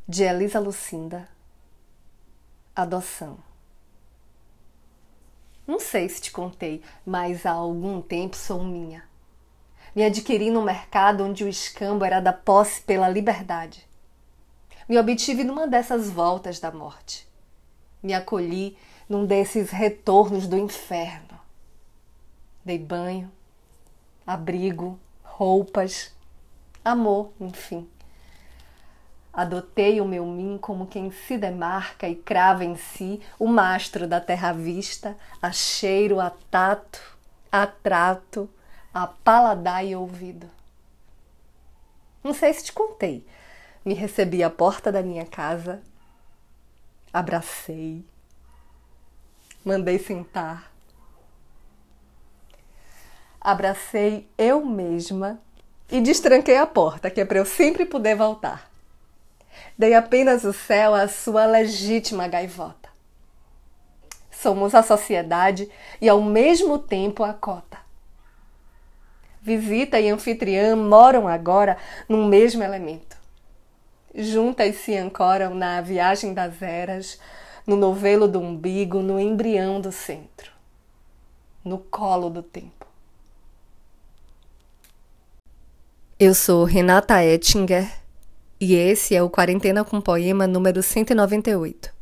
de Elisa Lucinda. Adoção. Não sei se te contei, mas há algum tempo sou minha. Me adquiri no mercado onde o escambo era da posse pela liberdade. Me obtive numa dessas voltas da morte. Me acolhi num desses retornos do inferno. Dei banho, abrigo, roupas, amor, enfim. Adotei o meu mim como quem se demarca e crava em si o mastro da terra à vista, a cheiro, a tato, a trato, a paladar e ouvido. Não sei se te contei. Me recebi à porta da minha casa, abracei, mandei sentar. Abracei eu mesma e destranquei a porta, que é para eu sempre poder voltar. Dei apenas o céu à sua legítima gaivota. Somos a sociedade e ao mesmo tempo a cota. Visita e anfitriã moram agora num mesmo elemento. Juntas se ancoram na viagem das eras, no novelo do umbigo, no embrião do centro, no colo do tempo. Eu sou Renata Ettinger e esse é o Quarentena com Poema número 198.